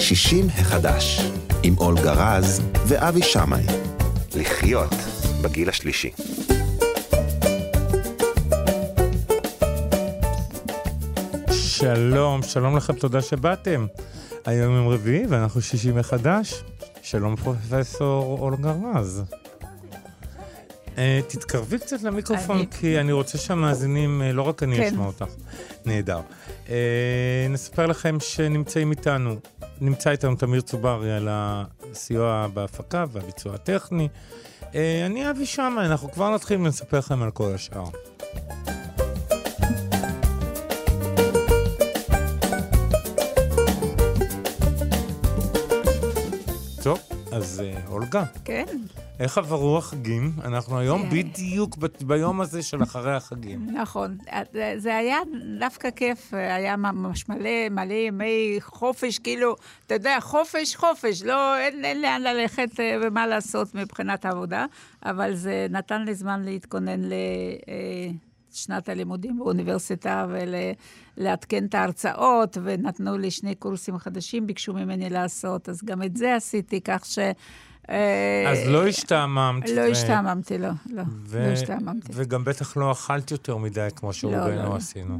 60 החדש, עם אולגה רז ואבי שמאי. לחיות בגיל השלישי. שלום, שלום לכם, תודה שבאתם. היום יום רביעי ואנחנו 60 מחדש. שלום פרופסור אולגה רז. תתקרבי קצת למיקרופון, כי אני רוצה שהמאזינים, לא רק אני אשמע אותך. נהדר. נספר לכם שנמצאים איתנו, נמצא איתנו תמיר צוברי על הסיוע בהפקה והביצוע הטכני. אני אבי שמאי, אנחנו כבר נתחיל ונספר לכם על כל השאר. טוב, אז אולגה. כן. איך עברו החגים? אנחנו היום בדיוק ביום הזה של אחרי החגים. נכון. זה היה דווקא כיף, היה ממש מלא ימי חופש, כאילו, אתה יודע, חופש, לא, אין לאן ללכת ומה לעשות מבחינת העבודה, אבל זה נתן לי זמן להתכונן לשנת הלימודים באוניברסיטה ולעדכן את ההרצאות, ונתנו לי 2 קורסים חדשים, ביקשו ממני לעשות, אז גם את זה עשיתי, כך ש... אז לא השתעממת. לא השתעממתי, לא השתעממתי. וגם בטח לא אכלת יותר מדי, כמו שרובנו עשינו.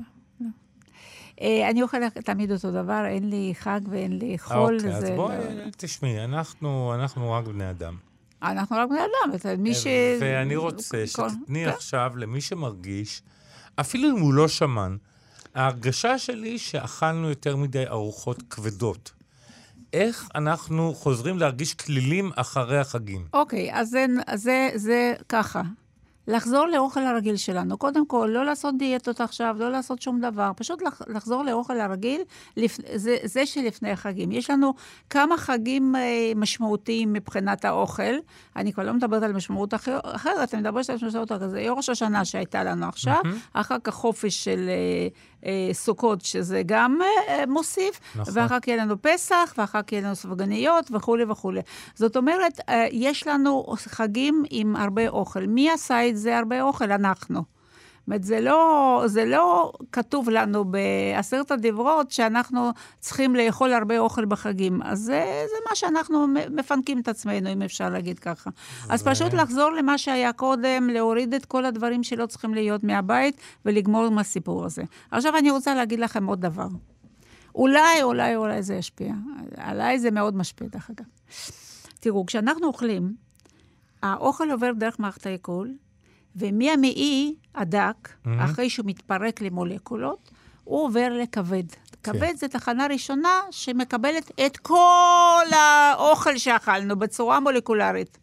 אני אוכלת תמיד אותו דבר, אין לי חג ואין לי חול. אוקיי, אז בואי, תשמעי, אנחנו רק בני אדם. אנחנו רק בני אדם, ואני רוצה שתתני עכשיו למי שמרגיש, אפילו אם הוא לא שמן, ההרגשה שלי שאכלנו יותר מדי ארוחות כבדות. איך אנחנו חוזרים להרגיש כלילים אחרי החגים? אוקיי, אז זה ככה. לחזור לאוכל הרגיל שלנו. קודם כל, לא לעשות דיאטות עכשיו, לא לעשות שום דבר. פשוט לחזור לאוכל הרגיל, זה שלפני החגים. יש לנו כמה חגים משמעותיים מבחינת האוכל. אני כבר לא מדברת על משמעות אחרת, אני מדברת על משמעות אחרת. זה ראש השנה שהייתה לנו עכשיו, אחר כך חופש של סוכות, שזה גם מוסיף, ואחר כך יהיה לנו פסח, ואחר כך יהיה לנו סופגניות, וכו' וכו'. זאת אומרת, יש לנו חגים עם הרבה אוכל. מי עשה את זה הרבה אוכל? אנחנו. זאת אומרת, זה לא כתוב לנו בעשרת הדברות שאנחנו צריכים לאכול הרבה אוכל בחגים. אז זה מה שאנחנו מפנקים את עצמנו, אם אפשר להגיד ככה. אז פשוט לחזור למה שהיה קודם, להוריד את כל הדברים שלא צריכים להיות מהבית, ולגמור עם הסיפור הזה. עכשיו אני רוצה להגיד לכם עוד דבר. אולי זה ישפיע. עליי זה מאוד משפיע, דרך אגב. תראו, כשאנחנו אוכלים, האוכל עובר דרך מערכת העיכול, ומהמעי הדק, אחרי שהוא מתפרק למולקולות, הוא עובר לכבד. כבד זה תחנה ראשונה שמקבלת את כל האוכל שאכלנו בצורה מולקולרית.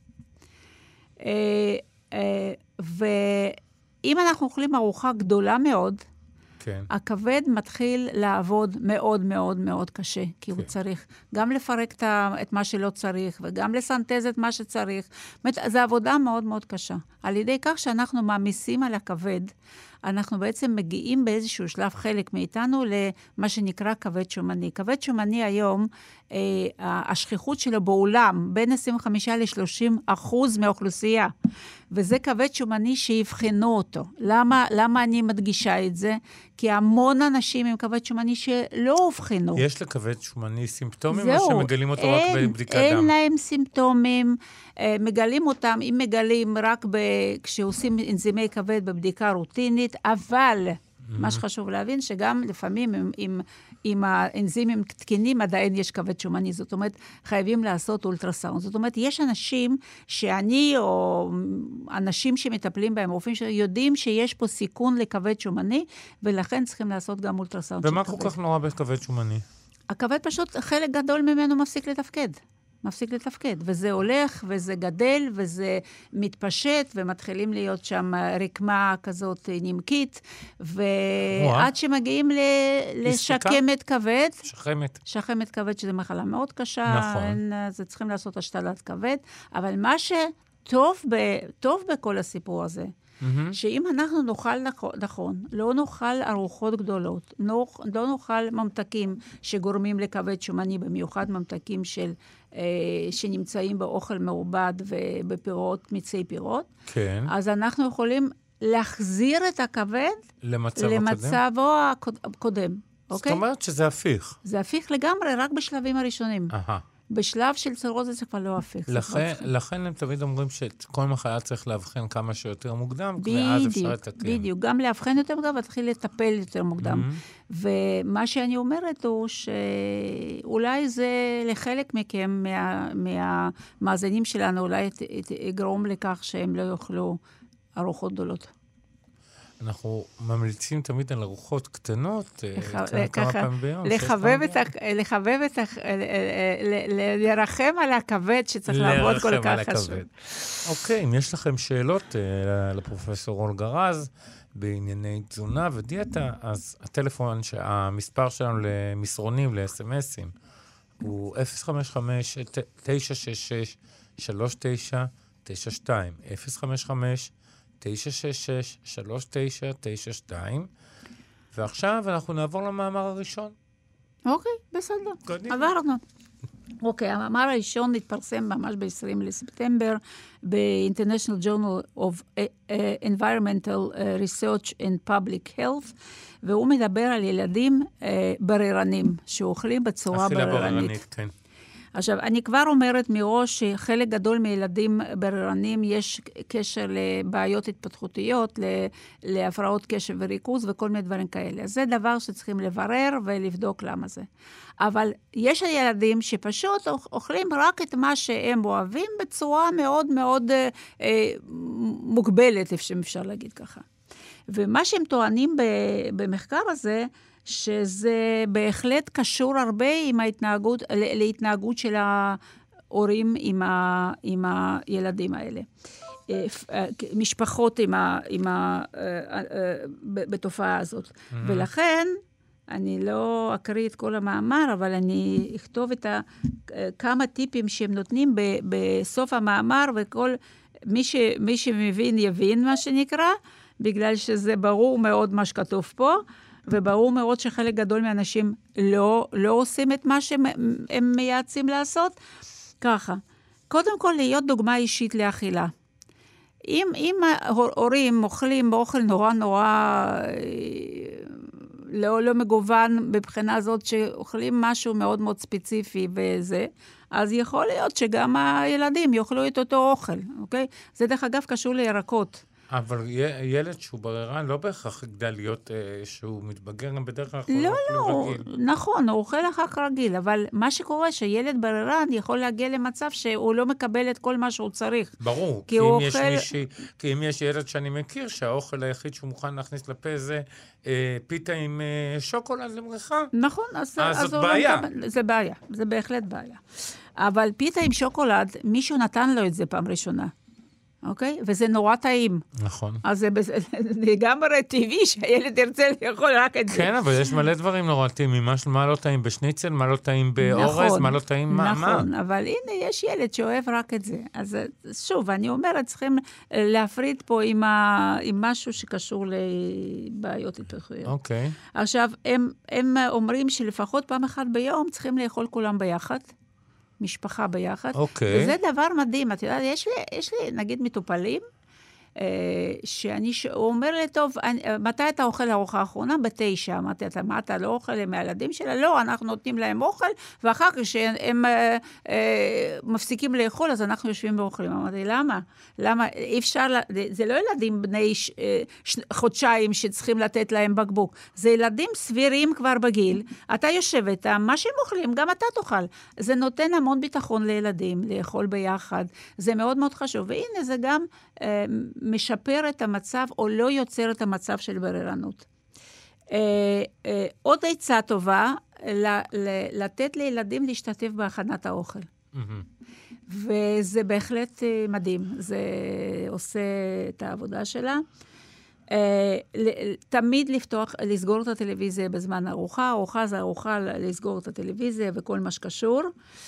ואם אנחנו אוכלים ארוחה גדולה מאוד, הכבד מתחיל לעבוד מאוד מאוד מאוד קשה, כי הוא צריך גם לפרק את מה שלא צריך, וגם לסנטז את מה שצריך. זו עבודה מאוד מאוד קשה. על ידי כך שאנחנו מעמיסים על הכבד, אנחנו בעצם מגיעים באיזשהו שלב חלק מאיתנו למה שנקרא כבד שומני. כבד שומני היום, השכיחות שלו בעולם, בין 25-30% מהאוכלוסייה. וזה כבד שומני שיבחנו אותו. למה אני מדגישה את זה? כי המון אנשים עם כבד שומני שלא הובחנו. יש לכבד שומני סימפטומים או שמגלים אותו רק בבדיקת דם? אין להם סימפטומים. מגלים אותם, אם מגלים רק כשעושים אנזימי כבד בבדיקה רוטינית, אבל מה שחשוב להבין שגם לפעמים עם האנזימים תקינים עדיין יש כבד שומני, זאת אומרת, חייבים לעשות אולטרסאונד. זאת אומרת, יש אנשים שאני או אנשים שמטפלים בהם, רופאים שיודעים שיש פה סיכון לכבד שומני, ולכן צריכים לעשות גם אולטרסאונד. ומה כל כך נורא בכבד שומני? הכבד פשוט, חלק גדול ממנו מפסיק לתפקד, וזה הולך, וזה גדל, וזה מתפשט, ומתחילים להיות שם רקמה כזאת נמקית, ועד שמגיעים לשקמת כבד, שחמת כבד, שזה מחלה מאוד קשה, נכון. זה צריכים לעשות השתלת כבד, אבל מה שטוב בכל הסיפור הזה, שאם אנחנו נאכל נכון, לא נאכל ארוחות גדולות, לא נאכל ממתקים שגורמים לכבד שומני, במיוחד ממתקים שנמצאים באוכל מעובד ובפירות, מיצי פירות, כן. אז אנחנו יכולים להחזיר את הכבד למצבו הקודם. זאת אומרת שזה הפיך. זה הפיך לגמרי, רק בשלבים הראשונים. בשלב של צירוזיס זה כבר לא הפיך. לכן הם תמיד אומרים שכל מחלה צריך להבחן כמה שיותר מוקדם, ואז אפשר לתקן. בדיוק, גם להבחן יותר מוקדם, ותתחיל לטפל יותר מוקדם. ומה שאני אומרת הוא שאולי זה לחלק מכם, מהמאזינים שלנו, אולי יגרום לכך שהם לא יאכלו ארוחות גדולות. אנחנו ממליצים תמיד על ארוחות קטנות, כמה פעמים ביום. לרחם על הכבד שצריך לעבוד כל כך חשוב. אוקיי, אם יש לכם שאלות לפרופסור אולגה רז, בענייני תזונה ודיאטה, אז הטלפון, המספר שלנו למסרונים, ל-SMSים, הוא 055-966-3992, 055-966-3992, ועכשיו אנחנו נעבור למאמר הראשון. אוקיי, בסדר. עברנו. אוקיי, המאמר הראשון התפרסם ממש ב-20 לספטמבר, ב-International Journal of Environmental Research and Public Health, והוא מדבר על ילדים בררנים, שאוכלים בצורה בררנית. כן. עכשיו, אני כבר אומרת מראש שחלק גדול מילדים בררנים יש קשר לבעיות התפתחותיות, להפרעות קשב וריכוז וכל מיני דברים כאלה. אז זה דבר שצריכים לברר ולבדוק למה זה. אבל יש ילדים שפשוט אוכלים רק את מה שהם אוהבים בצורה מאוד מאוד מוגבלת, אפשר להגיד ככה. ומה שהם טוענים במחקר הזה, שזה בהחלט קשור הרבה עם להתנהגות של ההורים עם הילדים האלה. משפחות בתופעה הזאת. ולכן, אני לא אקריא את כל המאמר, אבל אני אכתוב כמה טיפים שהם נותנים בסוף המאמר, וכל מי שמבין יבין מה שנקרא, בגלל שזה ברור מאוד מה שכתוב פה, וברור מאוד שחלק גדול מהאנשים לא עושים את מה שהם מייעצים לעשות. ככה, קודם כל להיות דוגמה אישית לאכילה. אם ההורים אוכלים באוכל נורא לא מגוון בבחינה הזאת, שאוכלים משהו מאוד מאוד ספציפי וזה, אז יכול להיות שגם הילדים יאכלו את אותו אוכל, אוקיי? זה דרך אגב קשור לירקות. אבל ילד שהוא בררן לא בהכרח יגדל להיות שהוא מתבגר, גם בדרך כלל לא, נכון, הוא אוכל אחר כך רגיל, אבל מה שקורה שילד בררן יכול להגיע למצב שהוא לא מקבל את כל מה שהוא צריך. ברור, כי אם יש ילד שאני מכיר, שהאוכל היחיד שהוא מוכן להכניס לפה זה פיתה עם שוקולד למריחה. נכון, אז זאת בעיה. זה בעיה, זה בהחלט בעיה. אבל פיתה עם שוקולד, מישהו נתן לו את זה פעם ראשונה. אוקיי? וזה נורא טעים. נכון. אז זה לגמרי טבעי שהילד ירצה לאכול רק את זה. כן, אבל יש מלא דברים נורא טעימים. מה לא טעים בשניצל, מה לא טעים באורז, מה לא טעים מה. נכון, אבל הנה, יש ילד שאוהב רק את זה. אז שוב, אני אומרת, צריכים להפריד פה עם משהו שקשור לבעיות התפתחותיות. אוקיי. עכשיו, הם אומרים שלפחות פעם אחת ביום צריכים לאכול כולם ביחד. משפחה ביחד. אוקיי. וזה דבר מדהים. את יודעת, יש לי, נגיד, מטופלים, הוא אומר לי, טוב, מתי אתה אוכל ארוחה האחרונה? 9. אמרתי, מה אתה לא אוכל עם הילדים שלה? לא, אנחנו נותנים להם אוכל, ואחר כך כשהם מפסיקים לאכול, אז אנחנו יושבים ואוכלים. אמרתי, למה? אי אפשר, זה לא ילדים בני חודשיים שצריכים לתת להם בקבוק. זה ילדים סבירים כבר בגיל. אתה יושב איתם, מה שהם אוכלים, גם אתה תאכל. זה נותן המון ביטחון לילדים, לאכול ביחד. זה מאוד מאוד חשוב. והנה, זה גם משפר את המצב, או לא יוצר את המצב של בררנות. עוד עצה טובה, לתת לילדים להשתתף בהכנת האוכל. וזה בהחלט מדהים. זה עושה את העבודה שלה. תמיד לסגור את הטלוויזיה בזמן ארוחה. ארוחה זה ארוחה לסגור את הטלוויזיה וכל מה שקשור.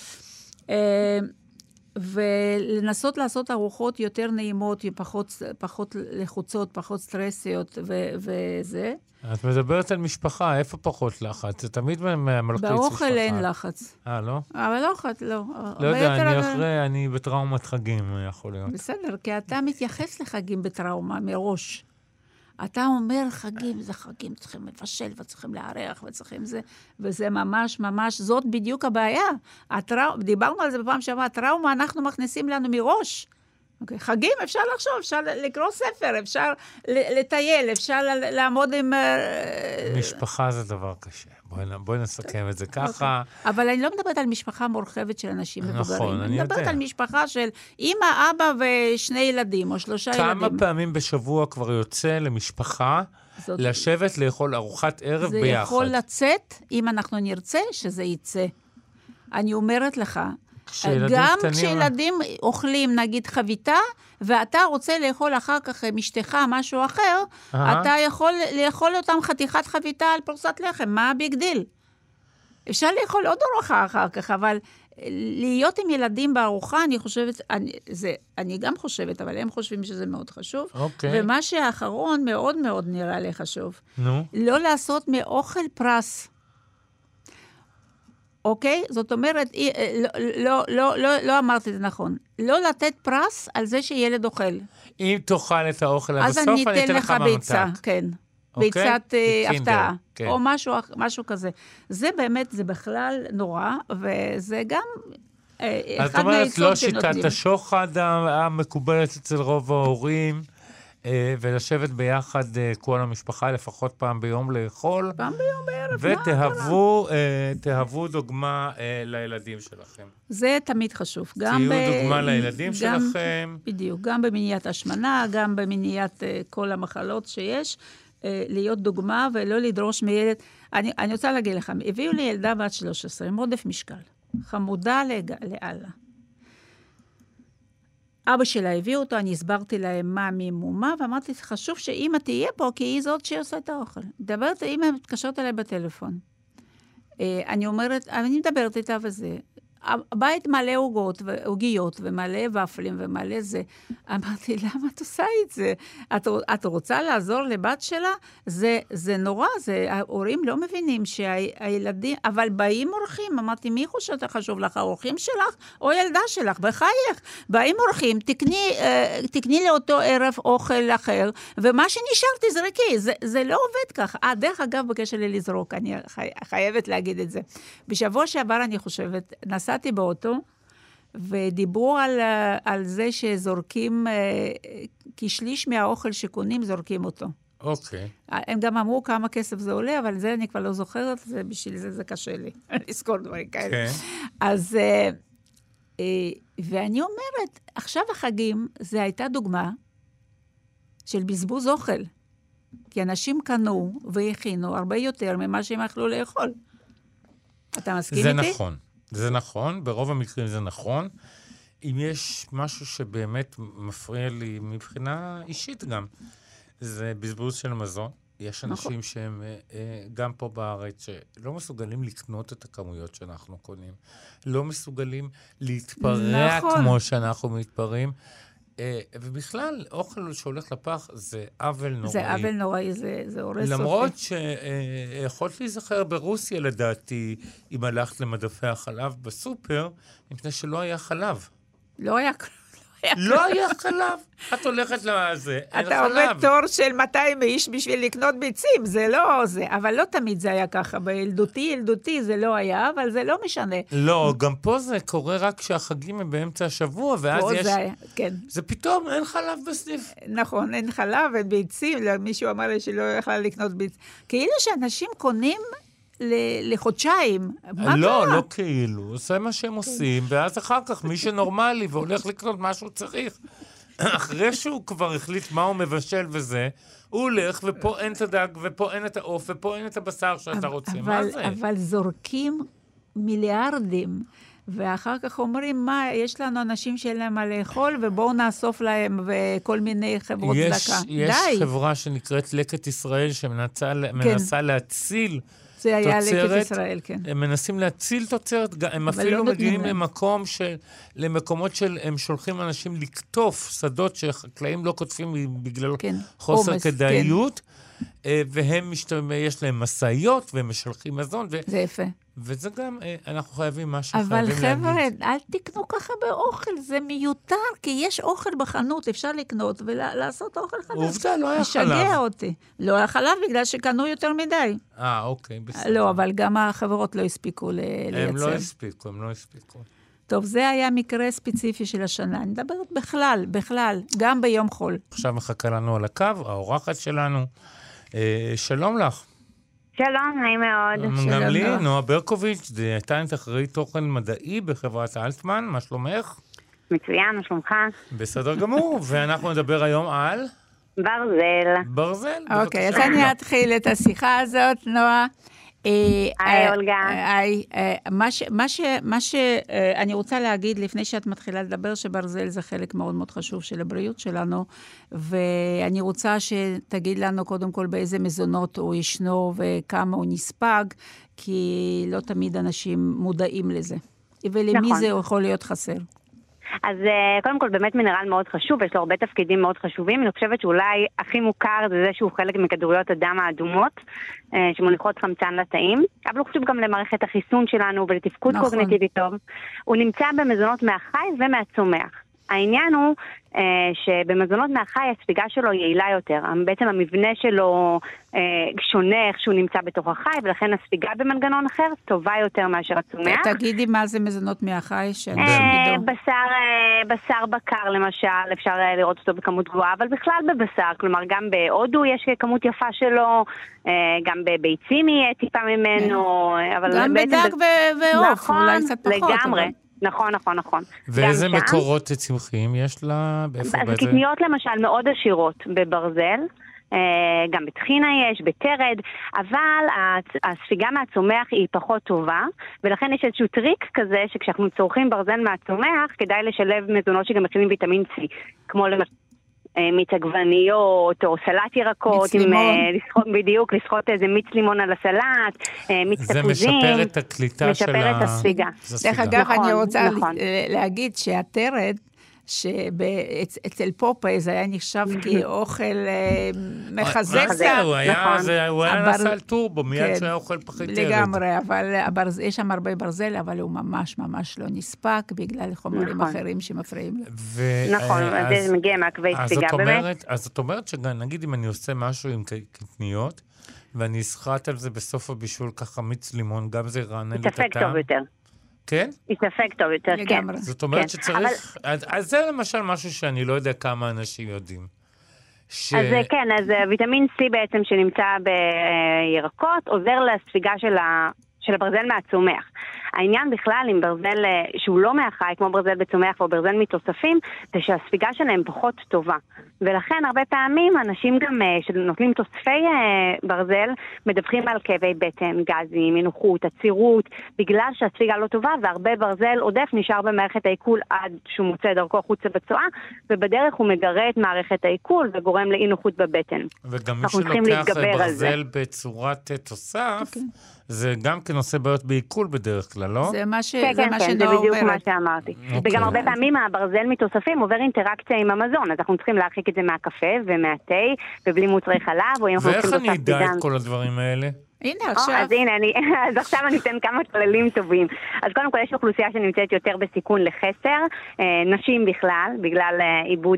ולנסות לעשות ארוחות יותר נעימות, פחות לחוצות, פחות סטרסיות וזה. את מדברת על משפחה, איפה פחות לחץ? זה תמיד מלחיץ משפחה. באוכל אין לחץ. לא? אבל לא. לא יודע, אני בטראומת חגים, יכול להיות. בסדר, כי אתה מתייחס לחגים בטראומה מראש. אתה אומר חגים, זה חגים, צריכים לבשל וצריכים לארח וצריכים זה, וזה ממש ממש, זאת בדיוק הבעיה. דיברנו על זה בפעם שעברה, הטראומה אנחנו מכניסים לנו מראש. Okay. חגים אפשר לחשוב, אפשר לקרוא ספר, אפשר לטייל, אפשר לעמוד עם... משפחה זה דבר קשה. בואי נסכם את זה ככה. אבל אני לא מדברת על משפחה מורחבת של אנשים מבוגרים. נכון, אני יודע. אני מדברת על משפחה של אמא, אבא ושני ילדים, או 3 ילדים. כמה פעמים בשבוע כבר יוצא למשפחה לשבת לאכול ארוחת ערב ביחד? זה יכול לצאת, אם אנחנו נרצה, שזה יצא. אני אומרת לך, גם כשילדים אוכלים, נגיד חביתה, ואתה רוצה לאכול אחר כך משתך משהו אחר, אתה יכול לאכול אותם חתיכת חביתה על פרוסת לחם. מה הביג דיל? אפשר לאכול עוד ארוחה אחר כך, אבל להיות עם ילדים בארוחה, אני חושבת, אני גם חושבת, אבל הם חושבים שזה מאוד חשוב. ומה שהאחרון מאוד מאוד נראה לי חשוב. לא לעשות מאוכל פרס. אוקיי? זאת אומרת, לא אמרתי את זה נכון. לא לתת פרס על זה שילד אוכל. אם תאכל את האוכל עד הסוף, אני אתן לך ביצה, כן. ביצת הפתעה, או משהו כזה. זה באמת, זה בכלל נורא, וזה גם אחד מהעצות שנותנים. זאת אומרת, לא שיטת השוחד המקובלת אצל רוב ההורים, ולשבת ביחד כל המשפחה, לפחות פעם ביום לאכול. פעם ביום בערב. ותהוו דוגמה לילדים שלכם. זה תמיד חשוב. תהיו דוגמה לילדים שלכם. בדיוק, גם במניעת השמנה, גם במניעת כל המחלות שיש, להיות דוגמה ולא לדרוש מילד. אני רוצה להגיד לכם, הביאו לי ילדה בת 13, עם עודף משקל, חמודה לאללה. אבא שלה הביא אותו, אני הסברתי להם מה ממומה, ואמרתי, חשוב שאמא תהיה פה, כי היא זאת שעושה את האוכל. מדברת, אמא מתקשרת אליי בטלפון. אני אומרת, אני מדברת איתה וזה. הבית מלא עוגיות ומלא ופלים ומלא זה. אמרתי, למה את עושה את זה? את רוצה לעזור לבת שלה? זה נורא, ההורים לא מבינים שהילדים, אבל באים אורחים, אמרתי, מי חושבת חשוב לך, האורחים שלך או ילדה שלך? בחייך, באים אורחים, תקני לאותו ערב אוכל אחר, ומה שנשארתי זרקי, זה לא עובד כך. דרך אגב, בקשר לזרוק, אני חייבת להגיד את זה. בשבוע שעבר אני חושבת, נסעתי באוטו, ודיברו על זה שזורקים, כשליש מהאוכל שקונים, זורקים אותו. אוקיי. הם גם אמרו כמה כסף זה עולה, אבל זה אני כבר לא זוכרת, בשביל זה קשה לי, לזכור דברים כאלה. אז, ואני אומרת, עכשיו החגים, זה הייתה דוגמה של בזבוז אוכל. כי אנשים קנו והכינו הרבה יותר ממה שהם יכלו לאכול. אתה מסכים איתי? זה נכון. זה נכון, ברוב המקרים זה נכון. אם יש משהו שבאמת מפריע לי מבחינה אישית גם, זה בזבוז של מזון. יש אנשים שהם גם פה בארץ שלא מסוגלים לקנות את הכמויות שאנחנו קונים. לא מסוגלים להתפרע כמו שאנחנו מתפרעים. ובכלל, אוכל שהולך לפח זה עוול נוראי. זה עוול נוראי, זה הורס סופי. למרות שיכולת להיזכר ברוסיה, לדעתי, אם הלכת למדפי החלב בסופר, מפני שלא היה חלב. לא היה לא היה חלב. את הולכת לזה, אין חלב. אתה עובד תור של 200 איש בשביל לקנות ביצים, זה לא זה. אבל לא תמיד זה היה ככה. בילדותי זה לא היה, אבל זה לא משנה. לא, גם פה זה קורה רק כשהחגים הם באמצע השבוע, ואז יש... זה היה, כן. זה פתאום, אין חלב בסניף. נכון, אין חלב, אין ביצים. מישהו אמר לי שלא יכלה לקנות ביצים. כאילו שאנשים קונים... לחודשיים. לא כאילו. זה מה שהם עושים, ואז אחר כך מי שנורמלי והולך לקנות מה שהוא צריך. אחרי שהוא כבר החליט מה הוא מבשל וזה, הוא הולך ופה אין את הדג, ופה אין את העוף, ופה אין את הבשר שאתה רוצה. מה זה? אבל זורקים מיליארדים, ואחר כך אומרים, מה, יש לנו אנשים שאין להם מה לאכול, ובואו נאסוף להם וכל מיני חברות צדקה. יש חברה שנקראת לקט ישראל, שמנסה להציל זה היה לקט ישראל, כן. הם מנסים להציל תוצרת, הם אפילו מגיעים למקומות הם שולחים אנשים לקטוף שדות שחקלאים לא כותפים בגלל חוסר כדאיות, והם יש להם מסעיות, והם משלחים מזון. זה יפה. וזה גם, אנחנו חייבים מה שחייבים להגיד. אבל חבר'ה, אל תקנו ככה באוכל, זה מיותר, כי יש אוכל בחנות, אפשר לקנות ולעשות אוכל חדש. עובדה, לא היה חלב. משגע אותי. לא היה חלב בגלל שקנו יותר מדי. אוקיי, בסדר. לא, אבל גם החברות לא הספיקו לייצר. הם לא הספיקו. טוב, זה היה מקרה ספציפי של השנה. אני מדברת בכלל, גם ביום חול. עכשיו מחכה לנו על הקו, האורחת שלנו. שלום לך. שלום, נעים מאוד. גם לי, נועה ברקוביץ', הייתה אחראית תוכן מדעי בחברת אלטמן, מה שלומך? מצוין, מה שלומך? בסדר גמור, ואנחנו נדבר היום על... ברזל. אוקיי, אז אני אתחיל את השיחה הזאת, נועה. היי, אולגה. מה שאני רוצה להגיד לפני שאת מתחילה לדבר, שברזל זה חלק מאוד מאוד חשוב של הבריאות שלנו, ואני רוצה שתגיד לנו קודם כל באיזה מזונות הוא ישנו וכמה הוא נספג, כי לא תמיד אנשים מודעים לזה. ולמי זה יכול להיות חסר. אז קודם כל באמת מינרל מאוד חשוב, יש לו הרבה תפקידים מאוד חשובים, אני חושבת שאולי הכי מוכר זה שהוא חלק מכדוריות הדם האדומות, שמוליכות חמצן לתאים, אבל הוא חשוב גם למערכת החיסון שלנו ולתפקוד קוגניטיבי טוב. הוא נמצא במזונות מהחי ומהצומח. העניין הוא שבמזונות מהחי הספיגה שלו יעילה יותר. בעצם המבנה שלו שונה איך שהוא נמצא בתוך החי, ולכן הספיגה במנגנון אחר טובה יותר מאשר הצומח. תגידי מה זה מזונות מהחי? בשר בקר למשל, אפשר לראות אותו בכמות גבוהה, אבל בכלל בבשר, כלומר גם בהודו יש כמות יפה שלו, גם בביצים יהיה טיפה ממנו. גם בדג ועוף, אולי קצת פחות. לגמרי. נכון. ואיזה מקורות צמחיים יש לה? אז קטניות למשל מאוד עשירות בברזל, גם בטחינה יש, בטרד, אבל הספיגה מהצומח היא פחות טובה, ולכן יש איזשהו טריק כזה שכשאנחנו צורכים ברזל מהצומח, כדאי לשלב מזונות שגם מכילים ויטמין C, כמו למשל מיץ עגבניות או סלט ירקות, בדיוק, לשחות איזה מיץ לימון על הסלט, מיץ תפוזים. זה משפר את הקליטה של משפר את הספיגה. דרך אגב, אני רוצה להגיד שהטרד, שאצל פופאי זה היה נחשב כאוכל מחזק. הוא היה נסע על טורבו, מיד שהיה אוכל פחית טרד. לגמרי, אבל יש שם הרבה ברזל, אבל הוא ממש ממש לא נספק, בגלל חומרים אחרים שמפריעים לו. נכון, זה מגיע מעקבי ספיגה, באמת. אז זאת אומרת שנגיד אם אני עושה משהו עם קטניות, ואני אסחט על זה בסוף הבישול ככה מיץ לימון, גם זה רענן לי את הטעם. יתפק טוב יותר. כן? יתפק טוב יותר, כן. זאת אומרת שצריך... אז זה למשל משהו שאני לא יודע כמה אנשים יודעים. אז כן, אז ויטמין C בעצם שנמצא בירקות, עוזר לספיגה של הברזל מהצומח. העניין בכלל עם ברזל שהוא לא מהחי, כמו ברזל בצומח או ברזל מתוספים, זה שהספיגה שלהם פחות טובה. ולכן הרבה פעמים אנשים גם שנוטלים תוספי ברזל, מדווחים על כאבי בטן, גזים, מנוחות, עצירות, בגלל שהספיגה לא טובה, והרבה ברזל עודף נשאר במערכת העיכול עד שהוא מוצא דרכו חוצה בצואה, ובדרך הוא מגרה את מערכת העיכול וגורם לאי נוחות בבטן. וגם מי שלוקח ברזל בצורת תוסף, זה גם כנושא בעיות בעיכול בדרך כלל, לא? זה מה שנועה אומרת. כן, זה בדיוק מה שאמרתי. וגם הרבה פעמים הברזל מתוספים עובר אינטראקציה עם המזון, אז אנחנו צריכים להרחיק את זה מהקפה ומהתה, ובלי מוצרי חלב, או אם אנחנו ואיך אני אדע את כל הדברים האלה? הנה, עכשיו. אז עכשיו אני אתן כמה כללים טובים. אז קודם כל יש אוכלוסייה שנמצאת יותר בסיכון לחסר, נשים בכלל, בגלל עיבוד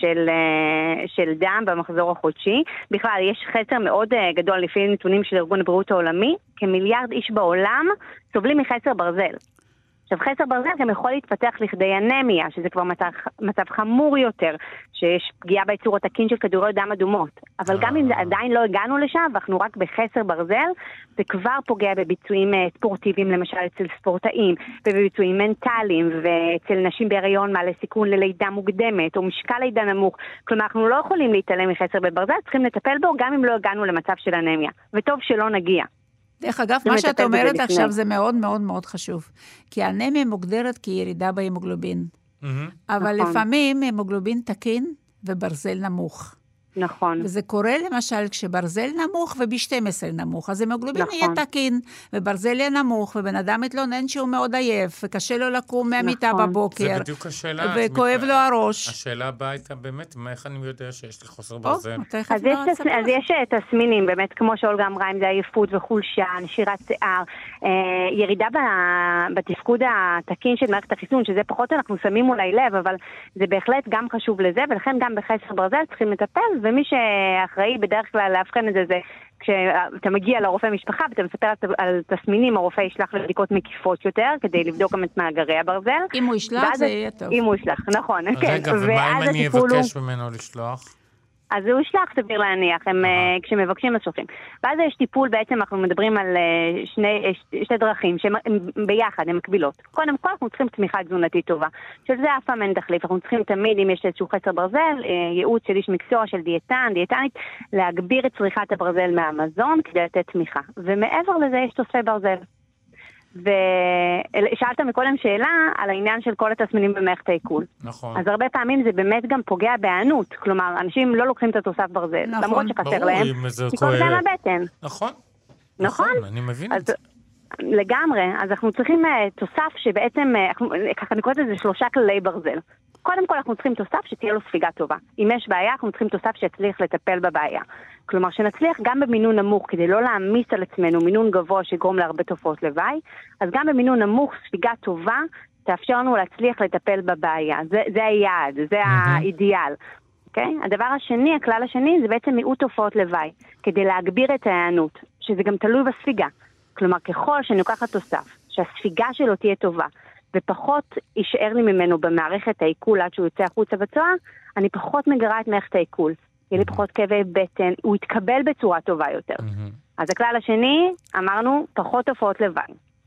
של דם במחזור החודשי. בכלל יש חסר מאוד גדול לפי נתונים של ארגון הבריאות העולמי, כמיליארד איש בעולם סובלים מחסר ברזל. עכשיו, חסר ברזל גם יכול להתפתח לכדי אנמיה, שזה כבר מצב חמור יותר, שיש פגיעה בייצור התקין של כדוריות דם אדומות. אבל גם אם עדיין לא הגענו לשם, ואנחנו רק בחסר ברזל, זה כבר פוגע בביצועים ספורטיביים, למשל אצל ספורטאים, ובביצועים מנטליים, ואצל נשים בהיריון מעלה סיכון ללידה מוקדמת, או משקל לידה נמוך. כלומר, אנחנו לא יכולים להתעלם מחסר בברזל, צריכים לטפל בו גם אם לא הגענו למצב של אנמיה. וטוב שלא נגיע. דרך אגב, מה שאת אומרת עכשיו זה מאוד מאוד מאוד חשוב. כי האנמיה מוגדרת כירידה בהמוגלובין. אבל לפעמים המוגלובין תקין וברזל נמוך. נכון. וזה קורה למשל כשברזל נמוך וב-12 נמוך, אז המוגלובין יהיה תקין, וברזל יהיה נמוך, ובן אדם מתלונן שהוא מאוד עייף, וקשה לו לקום מהמיטה בבוקר. זה בדיוק השאלה. וכואב לו הראש. השאלה הבאה הייתה באמת, איך אני יודע שיש לי חוסר ברזל? אז יש תסמינים, באמת, כמו שאולגה אמרה, אם זה עייפות וחולשה, נשירת שיער, ירידה בתפקוד התקין של מערכת החיסון, שזה פחות אנחנו שמים אולי לב, אבל זה בהחלט גם חשוב לזה, ולכן גם בחסר ברזל צריכים לטפל, ומי שאחראי בדרך כלל להבחן את זה, כשאתה מגיע לרופא משפחה ואתה מספר על תסמינים, הרופא ישלח לבדיקות מקיפות יותר, כדי לבדוק גם את מאגרי הברזל. אם הוא ישלח, זה יהיה טוב. אם הוא ישלח, נכון. רגע, ומה אם אני אבקש ממנו לשלוח? אז הוא ישלח, סביר להניח, הם כשמבקשים אז שולחים. ואז יש טיפול, בעצם אנחנו מדברים על שתי דרכים, שהן ביחד, הן מקבילות. קודם כל, אנחנו צריכים תמיכה תזונתית טובה. של זה אף פעם אין תחליף. אנחנו צריכים תמיד, אם יש איזשהו חסר ברזל, ייעוץ של איש מקצוע, של דיאטנית, להגביר את צריכת הברזל מהמזון כדי לתת תמיכה. ומעבר לזה יש תוספי ברזל. ושאלת מקודם שאלה על העניין של כל התסמינים במערכת העיכול. נכון. אז הרבה פעמים זה באמת גם פוגע בהיענות. כלומר, אנשים לא לוקחים את התוסף ברזל. נכון. למרות שחסר להם. ברור, זה מהבטן. נכון. נכון? אני מבין את זה. לגמרי. אז אנחנו צריכים תוסף שבעצם, ככה אני קוראת לזה 3 כללי ברזל. קודם כל אנחנו צריכים תוסף שתהיה לו ספיגה טובה. אם יש בעיה, אנחנו צריכים תוסף שיצליח לטפל בבעיה. כלומר, שנצליח גם במינון נמוך, כדי לא להעמיס על עצמנו מינון גבוה שגרום להרבה תופעות לוואי, אז גם במינון נמוך, ספיגה טובה, תאפשר לנו להצליח לטפל בבעיה. זה היעד, זה האידיאל. Okay? הדבר השני, הכלל השני, זה בעצם מיעוט תופעות לוואי, כדי להגביר את ההיענות, שזה גם תלוי בספיגה. כלומר, ככל שאני לוקחת תוסף, שהספיגה שלו תהיה טובה, ופחות יישאר לי ממנו במערכת העיכול עד שהוא יוצא החוצה בצואה, אני פחות מגרה את מערכת העיכול. יהיה לי פחות כאבי בטן, הוא יתקבל בצורה טובה יותר. אז הכלל השני, אמרנו, פחות תופעות לוואי.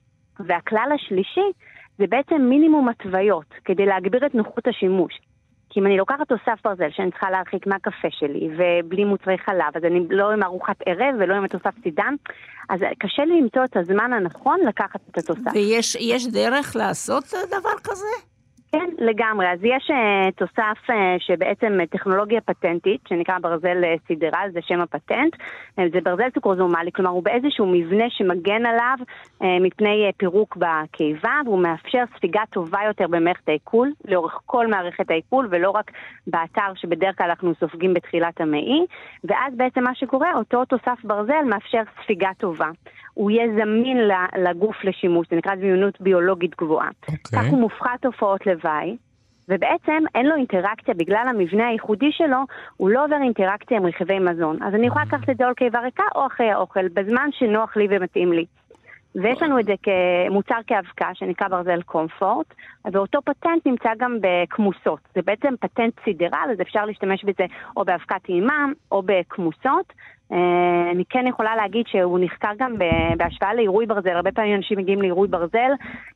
והכלל השלישי, זה בעצם מינימום התוויות, כדי להגביר את נוחות השימוש. כי אם אני לוקחת תוסף ברזל שאני צריכה להרחיק מהקפה שלי, ובלי מוצרי חלב, אז אני לא עם ארוחת ערב ולא עם התוסף סידן, אז קשה לי למצוא את הזמן הנכון לקחת את התוסף. ויש דרך לעשות דבר כזה? כן, לגמרי. אז יש תוסף שבעצם טכנולוגיה פטנטית, שנקרא ברזל סידרל, זה שם הפטנט. זה ברזל סוקרוזומלי, כלומר הוא באיזשהו מבנה שמגן עליו מפני פירוק בקיבה, והוא מאפשר ספיגה טובה יותר במערכת העיכול, לאורך כל מערכת העיכול, ולא רק באתר שבדרך כלל אנחנו סופגים בתחילת המעי. ואז בעצם מה שקורה, אותו תוסף ברזל מאפשר ספיגה טובה. הוא יהיה זמין לגוף לשימוש, זה נקרא זמינות ביולוגית גבוהה. כך הוא מופחת תופעות לוואי, ובעצם אין לו אינטראקציה, בגלל המבנה הייחודי שלו, הוא לא עובר אינטראקציה עם רכיבי מזון. אז אני יכולה לקחת את זה או קיבה ריקה או אחרי האוכל, בזמן שנוח לי ומתאים לי. ויש לנו את זה כמוצר כאבקה, שנקרא ברזל קומפורט, ואותו פטנט נמצא גם בכמוסות. זה בעצם פטנט סידרל, אז אפשר להשתמש בזה או באבקה טעימה או בכמוסות. אני כן יכולה להגיד שהוא נחקר גם בהשוואה לעירוי ברזל. הרבה פעמים אנשים מגיעים לעירוי ברזל,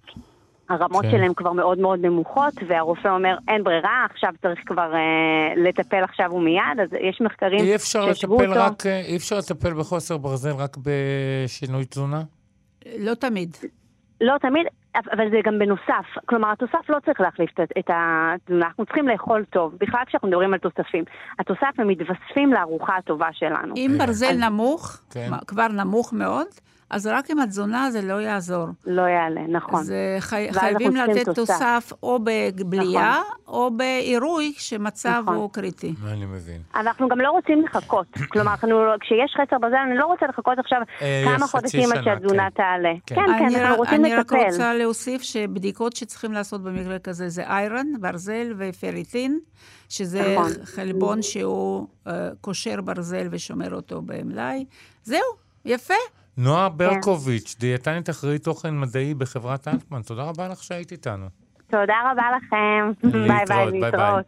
הרמות שלהם כבר מאוד מאוד נמוכות, והרופא אומר, אין ברירה, עכשיו צריך כבר לטפל עכשיו ומיד, אז יש מחקרים ששבו אותו. אי אפשר לטפל בחוסר ברזל רק בשינוי תזונה? לא תמיד. לא תמיד, אבל זה גם בנוסף. כלומר, התוסף לא צריך להחליף את התזונה. אנחנו צריכים לאכול טוב. בכלל כשאנחנו מדברים על תוספים. התוסף הם מתווספים לארוחה הטובה שלנו. אם ברזל נמוך, כבר נמוך מאוד, אז רק עם התזונה זה לא יעזור. לא יעלה, נכון. אז חייבים לתת תוסף או בבלייה, או בעירוי, שמצב הוא קריטי. אני מבין. אנחנו גם לא רוצים לחכות. כלומר, כשיש חסר ברזל, אני לא רוצה לחכות עכשיו כמה חודשים עד שהתזונה תעלה. כן, אנחנו רוצים לטפל. אני רק רוצה להוסיף שבדיקות שצריכים לעשות במקרה כזה, זה איירון, ברזל ופריטין, שזה חלבון שהוא קושר ברזל ושומר אותו במלאי. זהו, יפה. נועה ברקוביץ', דיאטנית אחראית תוכן מדעי בחברת אלטמן. תודה רבה לך שהיית איתנו. תודה רבה לכם. ביי ביי, להתראות.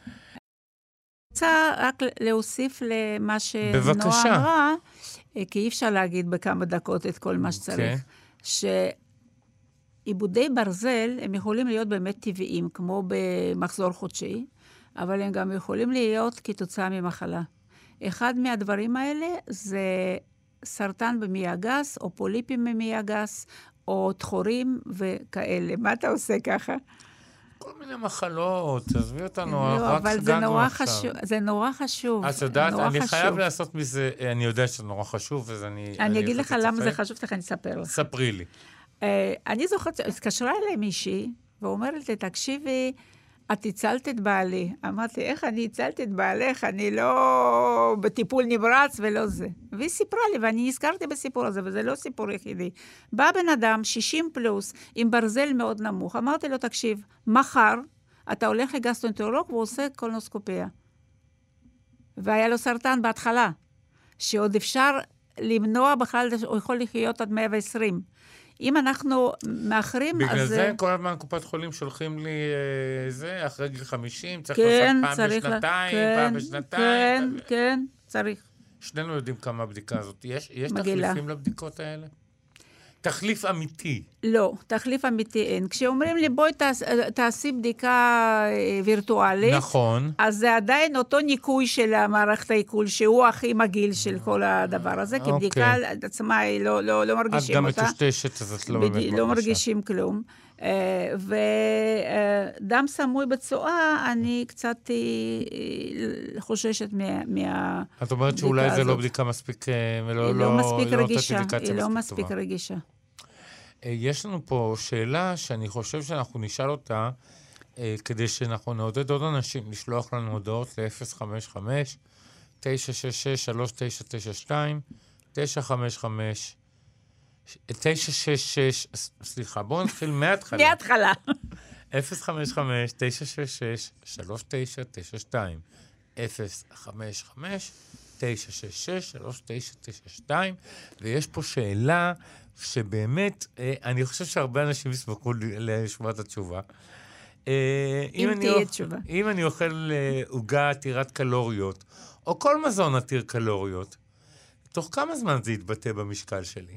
רוצה רק להוסיף למה שנועה אמרה, כי אי אפשר להגיד בכמה דקות את כל מה שצריך, שעיבודי ברזל הם יכולים להיות באמת טבעיים, כמו במחזור חודשי, אבל הם גם יכולים להיות כתוצאה ממחלה. אחד מהדברים האלה זה סרטן במעי הגס, או פוליפים במעי הגס, או תחורים וכאלה. מה אתה עושה ככה? כל מיני מחלות, תעזבי אותנו, לא, אבל זה נורא חשוב. את יודעת, אני חייב לעשות מזה, אני יודע שזה נורא חשוב, אז אני אגיד לך למה זה חשוב, אני אספר לך. ספרי לי. אני זוכרת, התקשרה אליי מישהי, ואומרת לי, תקשיבי, את הצלת את בעלי. אמרתי, איך אני הצלתי את בעלך? אני לא בטיפול נמרץ ולא זה. והיא סיפרה לי, ואני נזכרתי בסיפור הזה, וזה לא סיפור יחידי. בא בן אדם, 60 פלוס, עם ברזל מאוד נמוך. אמרתי לו, תקשיב, מחר אתה הולך לגסטרואנטרולוג והוא עושה קולונוסקופיה. והיה לו סרטן בהתחלה, שעוד אפשר למנוע בכלל, הוא יכול לחיות עד 120. אם אנחנו מאחרים, אז... בגלל זה כל הזמן קופת חולים שולחים לי זה, אחרי גיל 50, צריך כן, לעשות פעם בשנתיים, פעם בשנתיים. כן, צריך. שנינו יודעים כמה הבדיקה הזאת. יש תחליפים לבדיקות האלה? תחליף אמיתי. לא, תחליף אמיתי אין. כשאומרים לי, בואי תעשי בדיקה וירטואלית, נכון. אז זה עדיין אותו ניקוי של המערכת העיכול, שהוא הכי מגיל של כל הדבר הזה, כי בדיקה עצמה היא לא מרגישים אותה. את גם מטושטשת, אז את לא באמת מרגישה. לא מרגישים כלום. ודם סמוי בצואה, אני קצת חוששת מה... את אומרת שאולי זה לא בדיקה מספיק... היא לא מספיק רגישה. היא לא מספיק רגישה. יש לנו פה שאלה שאני חושב שאנחנו נשאל אותה, כדי שאנחנו נעודד עוד אנשים לשלוח לנו הודעות ל-055-966-3992, 955 966, סליחה, בואו נתחיל מההתחלה. מההתחלה. 055-966-3992. 055-966-3992. ויש פה שאלה שבאמת, אני חושב שהרבה אנשים יסמכו לשמוע את התשובה. אם תהיה תשובה. אם אני אוכל עוגה עתירת קלוריות, או כל מזון עתיר קלוריות, תוך כמה זמן זה יתבטא במשקל שלי?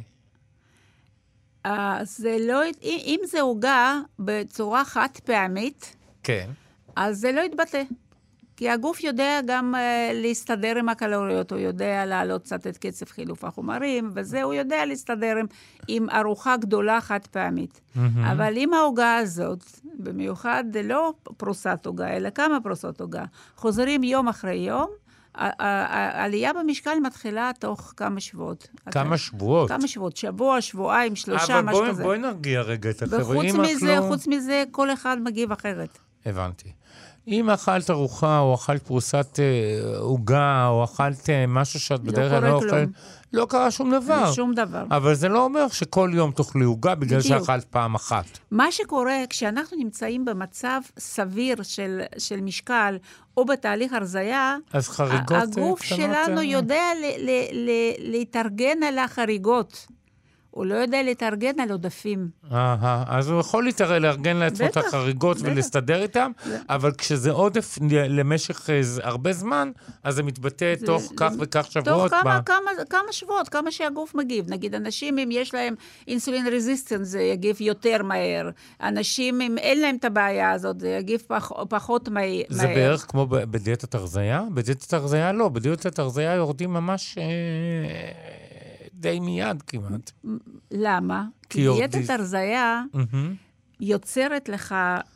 זה לא, אם זה עוגה בצורה חד פעמית, כן. אז זה לא יתבטא. כי הגוף יודע גם להסתדר עם הקלוריות, הוא יודע להעלות קצת את קצב חילוף החומרים, וזה הוא יודע להסתדר עם ארוחה גדולה חד פעמית. אבל אם העוגה הזאת, במיוחד לא פרוסת עוגה, אלא כמה פרוסות עוגה, חוזרים יום אחרי יום, העלייה במשקל מתחילה תוך כמה שבועות. כמה שבועות? כמה שבועות, שבוע, שבועיים, 3, משהו כזה. אבל בואי נרגיע רגע את החברים. וחוץ מזה, כל אחד מגיב אחרת. הבנתי. אם אכלת ארוחה, או אכלת פרוסת עוגה, או אכלת משהו שאת בדרך כלל לא אוכלת, לא קרה שום דבר. שום דבר. אבל זה לא אומר שכל יום תאכלי עוגה בגלל שאכלת פעם אחת. מה שקורה, כשאנחנו נמצאים במצב סביר של משקל, או בתהליך הרזיה, אז חריגות הגוף שלנו יודע להתארגן על החריגות. הוא לא יודע להתארגן על עודפים. אז הוא יכול לארגן לעצמו את החריגות ולהסתדר איתם, אבל כשזה עודף למשך הרבה זמן, אז זה מתבטא תוך כך וכך שבועות. תוך כמה שבועות, כמה שהגוף מגיב. נגיד, אנשים אם יש להם אינסולין רזיסטנס, זה יגיב יותר מהר. אנשים אם אין להם את הבעיה הזאת, זה יגיב פחות מהר. זה בערך כמו בדיאטת הרזיה? בדיאטת הרזיה לא. בדיאטת הרזיה יורדים ממש... די מיד כמעט. למה? כי דיאטת הרזיה יוצרת לך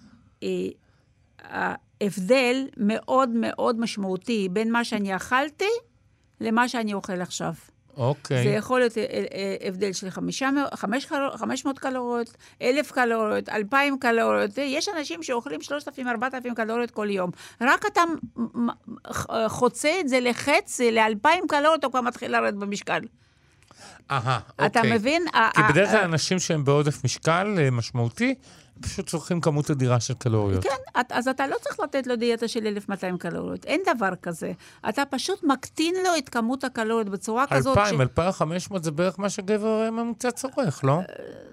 הבדל מאוד מאוד משמעותי בין מה שאני אכלתי למה שאני אוכל עכשיו. אוקיי. זה יכול להיות הבדל של 500 קלוריות, 1,000 קלוריות, 2,000 קלוריות. יש אנשים שאוכלים 3,000-4,000 קלוריות כל יום. רק אתה חוצה את זה לחצי, ל2,000 קלוריות, או כבר מתחיל לרדת במשקל. אתה מבין? כי בדרך כלל אנשים שהם בעודף משקל משמעותי, פשוט צורכים כמות אדירה של קלוריות. כן, אז אתה לא צריך לתת לו דיאטה של 1,200 קלוריות. אין דבר כזה. אתה פשוט מקטין לו את כמות הקלוריות בצורה כזאת 2,500 זה בערך מה שגבר ממוצע צורך, לא?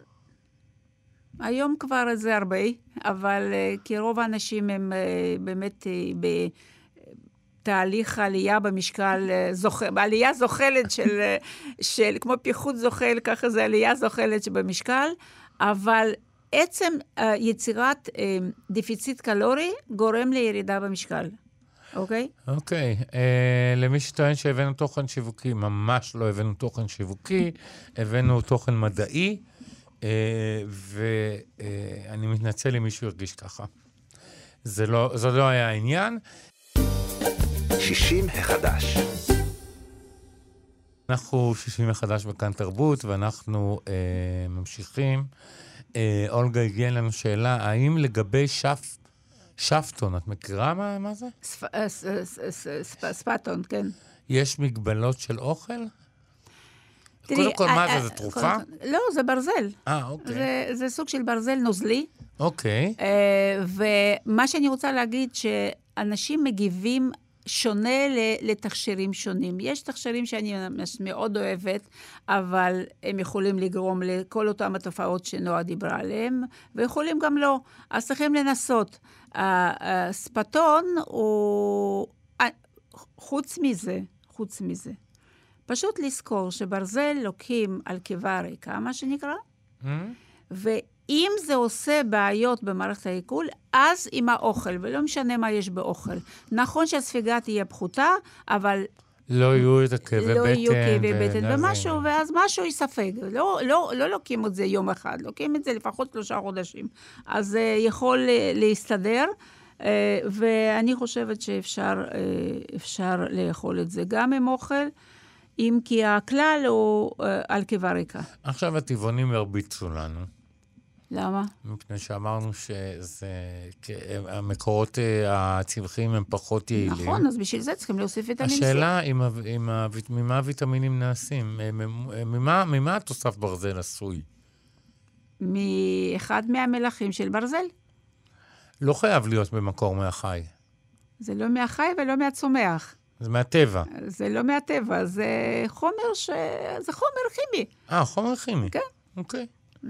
היום כבר זה הרבה, אבל כי רוב האנשים הם באמת תהליך עלייה במשקל, עלייה זוחלת של כמו פיחות זוחל, ככה זה עלייה זוחלת שבמשקל, אבל עצם יצירת דפיציט קלורי גורם לירידה במשקל. אוקיי? אוקיי. למי שטוען שהבאנו תוכן שיווקי, ממש לא הבאנו תוכן שיווקי, הבאנו תוכן מדעי, ואני מתנצל אם מישהו ירגיש ככה. זה לא היה העניין. 60 החדש. אנחנו 60 החדש בכאן תרבות, ואנחנו ממשיכים. אולגה הגיעה לנו שאלה, האם לגבי שפטון, את מכירה מה זה? ספטון, כן. יש מגבלות של אוכל? קודם כל, מה זה תרופה? לא, זה ברזל. אוקיי. זה סוג של ברזל נוזלי. אוקיי. ומה שאני רוצה להגיד, שאנשים מגיבים שונה לתכשירים שונים. יש תכשירים שאני מאוד אוהבת, אבל הם יכולים לגרום לכל אותם התופעות שנועה דיברה עליהם, ויכולים גם לא. אז צריכים לנסות. הספטון הוא... חוץ מזה. פשוט לזכור שברזל לוקים על קיבה ריקה, מה שנקרא, ואם זה עושה בעיות במערכת העיכול, אז עם האוכל, ולא משנה מה יש באוכל. נכון שהספיגה תהיה פחותה, אבל... לא יהיו את הכאבי בטן. לא יהיו כאבי בטן ומשהו, ואז משהו יספג. לא לוקים את זה יום אחד, לוקים את זה לפחות 3 חודשים. אז זה יכול להסתדר, ואני חושבת שאפשר לאכול את זה גם עם אוכל, אם כי הכלל הוא על קיבה ריקה. עכשיו הטבעונים הרביצו לנו. למה? מפני שאמרנו שהמקורות הצמחיים הם פחות יעילים. נכון, אז בשביל זה צריכים להוסיף ויטמין C. השאלה, ממה הוויטמינים נעשים? ממה התוסף ברזל עשוי? מאחד מהמלחים של ברזל. לא חייב להיות במקור מהחי. זה לא מהחי ולא מהצומח. זה מהטבע. זה לא מהטבע, זה חומר כימי. חומר כימי. כן. אוקיי.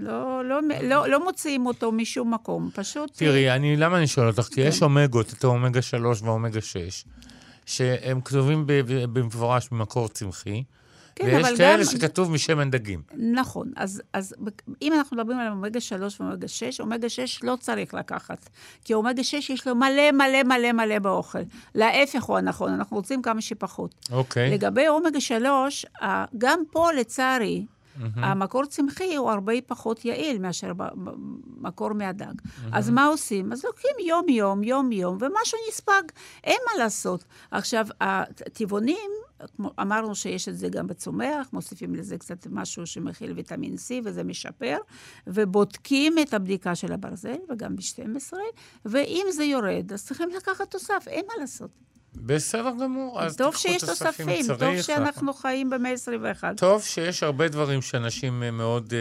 לא מוציאים אותו משום מקום, פשוט... תראי, למה אני שואל אותך? כי יש אומגות, את האומגה 3 והאומגה 6, שהם כתובים במפורש במקור צמחי, ויש כאלה שכתוב משמן דגים. נכון, אז אם אנחנו מדברים על אומגה 3 ואומגה 6, אומגה 6 לא צריך לקחת, כי אומגה 6 יש לו מלא מלא מלא מלא באוכל. להפך הוא הנכון, אנחנו רוצים כמה שפחות. אוקיי. לגבי אומגה 3, גם פה לצערי, המקור צמחי הוא הרבה פחות יעיל מאשר מקור מהדג. אז מה עושים? אז לוקחים יום, ומשהו נספג. אין מה לעשות. עכשיו, הטבעונים, אמרנו שיש את זה גם בצומח, מוסיפים לזה קצת משהו שמכיל ויטמין C, וזה משפר, ובודקים את הבדיקה של הברזל, וגם ב-12, ואם זה יורד, אז צריכים לקחת תוסף, אין מה לעשות. בסדר גמור. טוב שיש תוספים, טוב שאנחנו חיים במאה 21. טוב שיש הרבה דברים שאנשים מאוד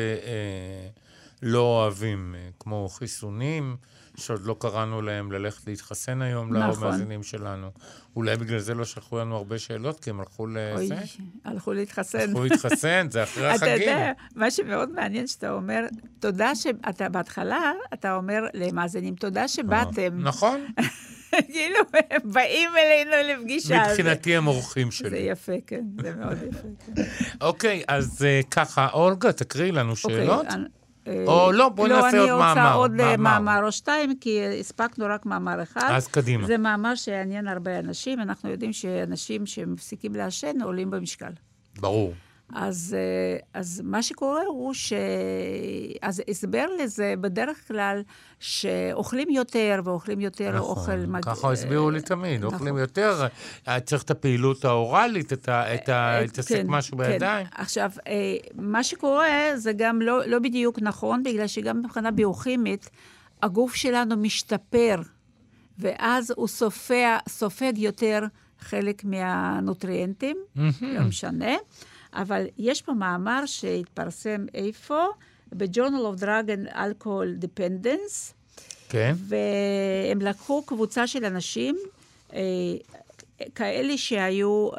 לא אוהבים, כמו חיסונים, שעוד לא קראנו להם ללכת להתחסן היום, למאזינים שלנו. אולי בגלל זה לא שלחו לנו הרבה שאלות, כי הם הלכו לזה. הלכו להתחסן. זה אחרי החגים. אתה יודע, מה שמאוד מעניין שאתה אומר, תודה שאתה בהתחלה, אתה אומר למאזינים, תודה שבאתם. נכון. כאילו, הם באים אלינו לפגישה. מבחינתי הם אורחים שלי. זה יפה, כן, זה מאוד יפה. אוקיי, אז ככה, אולגה, תקריאי לנו שאלות. או לא, בואי נעשה עוד מאמר. לא, אני רוצה עוד מאמר או 2, כי הספקנו רק מאמר אחד. אז קדימה. זה מאמר שיעניין הרבה אנשים. אנחנו יודעים שאנשים שמפסיקים לעשן עולים במשקל. ברור. אז מה שקורה הוא אז הסבר לזה בדרך כלל שאוכלים יותר ואוכלים יותר אוכל... ככה הסבירו לי תמיד, אוכלים יותר, צריך את הפעילות האורלית, להתעסק משהו בידיים. עכשיו, מה שקורה זה גם לא בדיוק נכון, בגלל שגם מבחינה ביוכימית, הגוף שלנו משתפר, ואז הוא סופג יותר חלק מהנוטריאנטים, לא משנה. אבל יש פה מאמר שהתפרסם איפה? ב-Journal of Drug and Alcohol Dependence. כן. והם לקחו קבוצה של אנשים, כאלה שהיו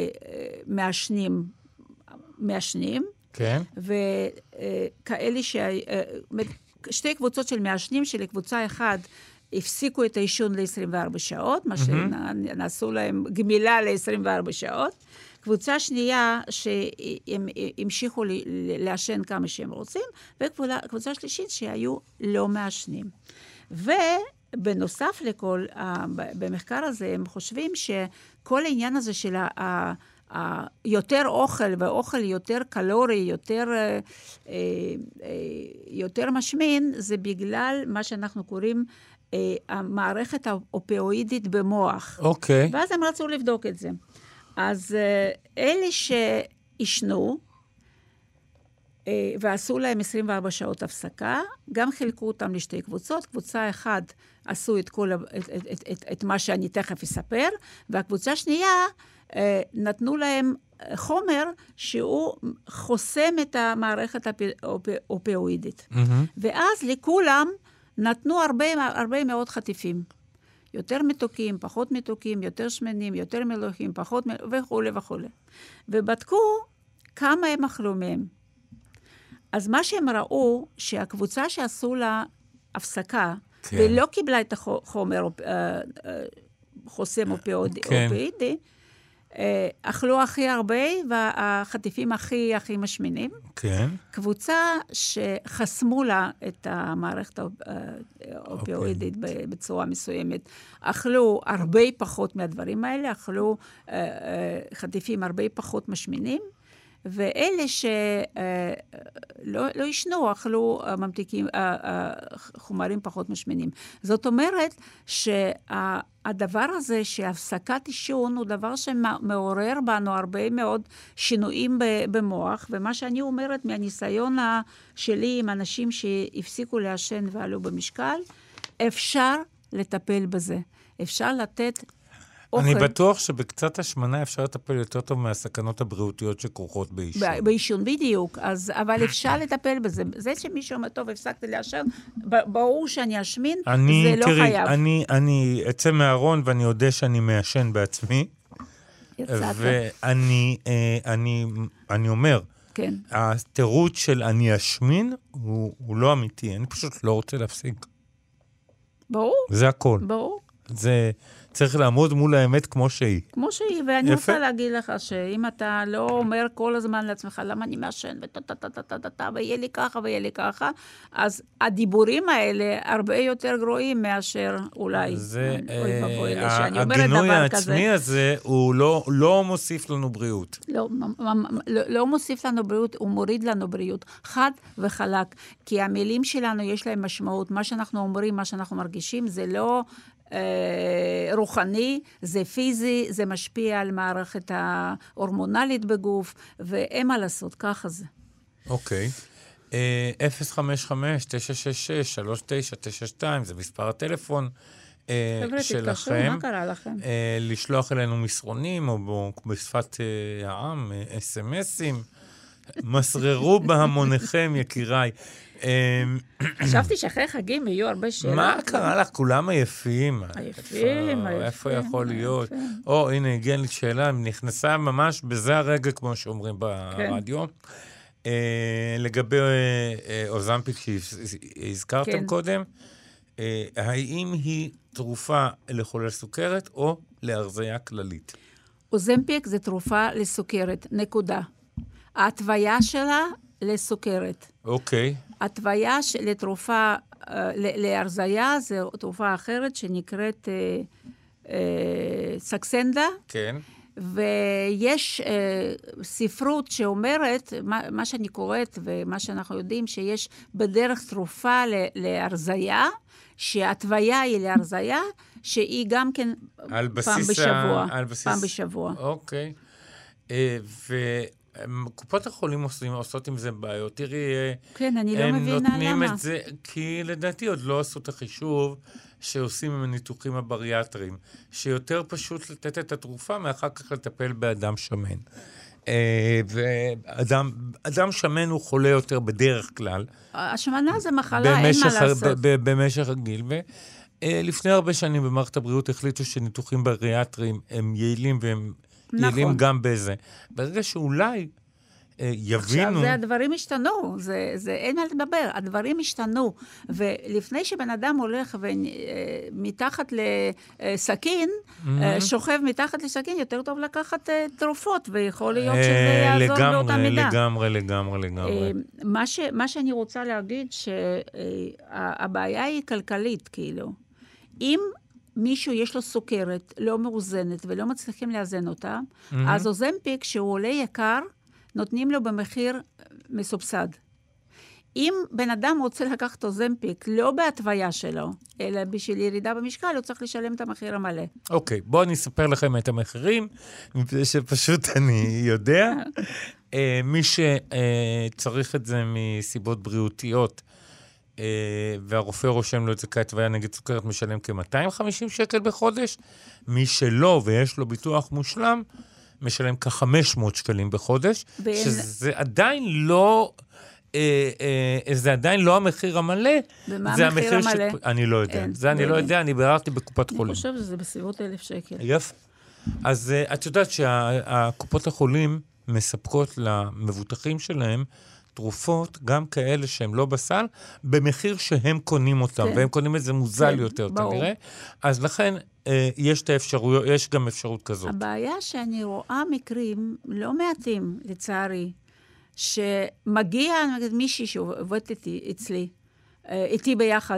מעשנים. כן. וכאלה שתי קבוצות של מעשנים, שלקבוצה אחת הפסיקו את העישון ל-24 שעות, מה שנעשו להם גמילה ל-24 שעות. קבוצה שנייה שהם המשיכו לעשן כמה שהם רוצים, וקבוצה שלישית שהיו לא מעשנים. ובנוסף לכל, במחקר הזה הם חושבים שכל העניין הזה של יותר אוכל, ואוכל יותר קלורי, יותר משמין, זה בגלל מה שאנחנו קוראים המערכת האופיואידית במוח. אוקיי. ואז הם רצו לבדוק את זה. אז אלה שישנו, ועשו להם 24 שעות הפסקה, גם חילקו אותם לשתי קבוצות. קבוצה אחת עשו את מה שאני תכף אספר, והקבוצה שנייה נתנו להם חומר שהוא חוסם את המערכת האופיואידית. ואז לכולם נתנו הרבה מאוד חטיפים. יותר מתוקים, פחות מתוקים, יותר שמנים, יותר מלוחים, פחות וכו' וכו'. ובדקו כמה הם אכלו מהם. אז מה שהם ראו, שהקבוצה שעשו לה הפסקה, כן. ולא קיבלה את החומר חוסם אופיואידי, אכלו הכי הרבה, והחטיפים הכי משמינים. כן. קבוצה שחסמו לה את המערכת האופיואידית בצורה מסוימת, אכלו הרבה פחות מהדברים האלה, אכלו חטיפים הרבה פחות משמינים, ואלה שלא ישנו, אכלו ממתיקים, חומרים פחות משמינים. זאת אומרת שהדבר הזה, שהפסקת עישון, הוא דבר שמעורר בנו הרבה מאוד שינויים במוח, ומה שאני אומרת מהניסיון שלי עם אנשים שהפסיקו לעשן ועלו במשקל, אפשר לטפל בזה. אפשר לתת אני בטוח שבקצת השמנה אפשר לטפל יותר טוב מהסכנות הבריאותיות שכרוכות בעישון. בעישון, בדיוק. אבל אפשר לטפל בזה. זה שמישהו אומר, טוב, הפסקתי לעשן, ברור שאני אשמין, זה לא חייב. אני אצא מהארון ואני יודע שאני מעשן בעצמי. יצאת. ואני אומר, כן. התירוץ של אני אשמין הוא לא אמיתי. אני פשוט לא רוצה להפסיק. ברור. זה הכל. ברור. זה צריך לעמוד מול האמת כמו שהיא. כמו שהיא, ואני רוצה להגיד לך שאם אתה לא אומר כל הזמן לעצמך, למה אני מעשן, ויהיה לי ככה, ויהיה לי ככה, אז הדיבורים האלה הרבה יותר גרועים מאשר אולי. הגינוי העצמי הזה הוא לא מוסיף לנו בריאות. לא מוסיף לנו בריאות, הוא מוריד לנו בריאות. חד וחלק. כי המילים שלנו יש להם משמעות. מה שאנחנו אומרים, מה שאנחנו מרגישים, זה לא רוחני, זה פיזי, זה משפיע על מערכת ההורמונלית בגוף, ואין מה לעשות, ככה זה. אוקיי. 055-966-3992, זה מספר הטלפון שלכם. מה קרה לכם? לשלוח אלינו מסרונים, או בשפת העם, אס-אמסים. מסררו בהמוניכם, יקיריי. חשבתי שאחרי חגים יהיו הרבה שאלות. מה קרה לך? כולם עייפים. עייפים. איפה יכול להיות? הנה, הגיעה לי שאלה, נכנסה ממש בזה הרגע, כמו שאומרים ברדיו. לגבי אוזמפיק שהזכרתם קודם, האם היא תרופה לחולל סוכרת או להרזיה כללית? אוזמפיק זה תרופה לסוכרת, נקודה. ההתוויה שלה לסוכרת. אוקיי. התוויה לתרופה, להרזיה, זו תרופה אחרת שנקראת סקסנדה. כן. ויש ספרות שאומרת, מה שאני קוראת ומה שאנחנו יודעים, שיש בדרך תרופה להרזיה, שההתוויה היא להרזיה, שהיא גם כן פעם בשבוע. פעם בשבוע. אוקיי. קופות החולים עושות עם זה בעיות. תראי, כן, אני לא מבינה למה. הם נותנים את זה, כי לדעתי עוד לא עשו את החישוב שעושים עם הניתוחים הבריאטריים, שיותר פשוט לתת את התרופה, מאחר כך לטפל באדם שמן. ואדם שמן הוא חולה יותר בדרך כלל. השמנה זה מחלה, אין מה לעשות. במשך הגיל, ולפני הרבה שנים במערכת הבריאות החליטו שניתוחים בריאטריים הם יעילים והם יעילים גם בזה. ברגע שאולי יבינו... עכשיו, הדברים השתנו, אין מה לדבר, הדברים השתנו, ולפני שבן אדם הולך מתחת לסכין, שוכב מתחת לסכין, יותר טוב לקחת תרופות, ויכול להיות שזה יעזור באותה מידה. לגמרי. מה שאני רוצה להגיד, שהבעיה היא כלכלית, כאילו. אם מישהו יש לו סוכרת, לא מאוזנת, ולא מצליחים לאזן אותה, אז אוזמפיק, שהוא עולה יקר, נותנים לו במחיר מסובסד. אם בן אדם רוצה לקחת אוזמפיק, לא בהתוויה שלו, אלא בשביל ירידה במשקל, הוא צריך לשלם את המחיר המלא. אוקיי, בואו אני אספר לכם את המחירים, מפני שפשוט אני יודע. מי שצריך את זה מסיבות בריאותיות, והרופא רושם לו את זה כהתוויה נגד סוכרת, משלם כ-250 שקל בחודש. מי שלא ויש לו ביטוח מושלם, משלם כ-500 שקלים בחודש, שזה עדיין לא... זה עדיין לא המחיר המלא. ומה המחיר המלא? אני לא יודע. זה אני לא יודע, אני ביררתי בקופת חולים. אני חושב שזה בסביבות 1,000 שקל. יפה. אז את יודעת שהקופות החולים מספקות למבוטחים שלהם תרופות, גם כאלה שהם לא בסל, במחיר שהם קונים אותם, והם קונים את זה מוזל יותר, כנראה. אז לכן יש גם אפשרות כזאת. הבעיה שאני רואה מקרים לא מעטים, לצערי, שמגיע, נגיד, מישהי שעובדת איתי ביחד,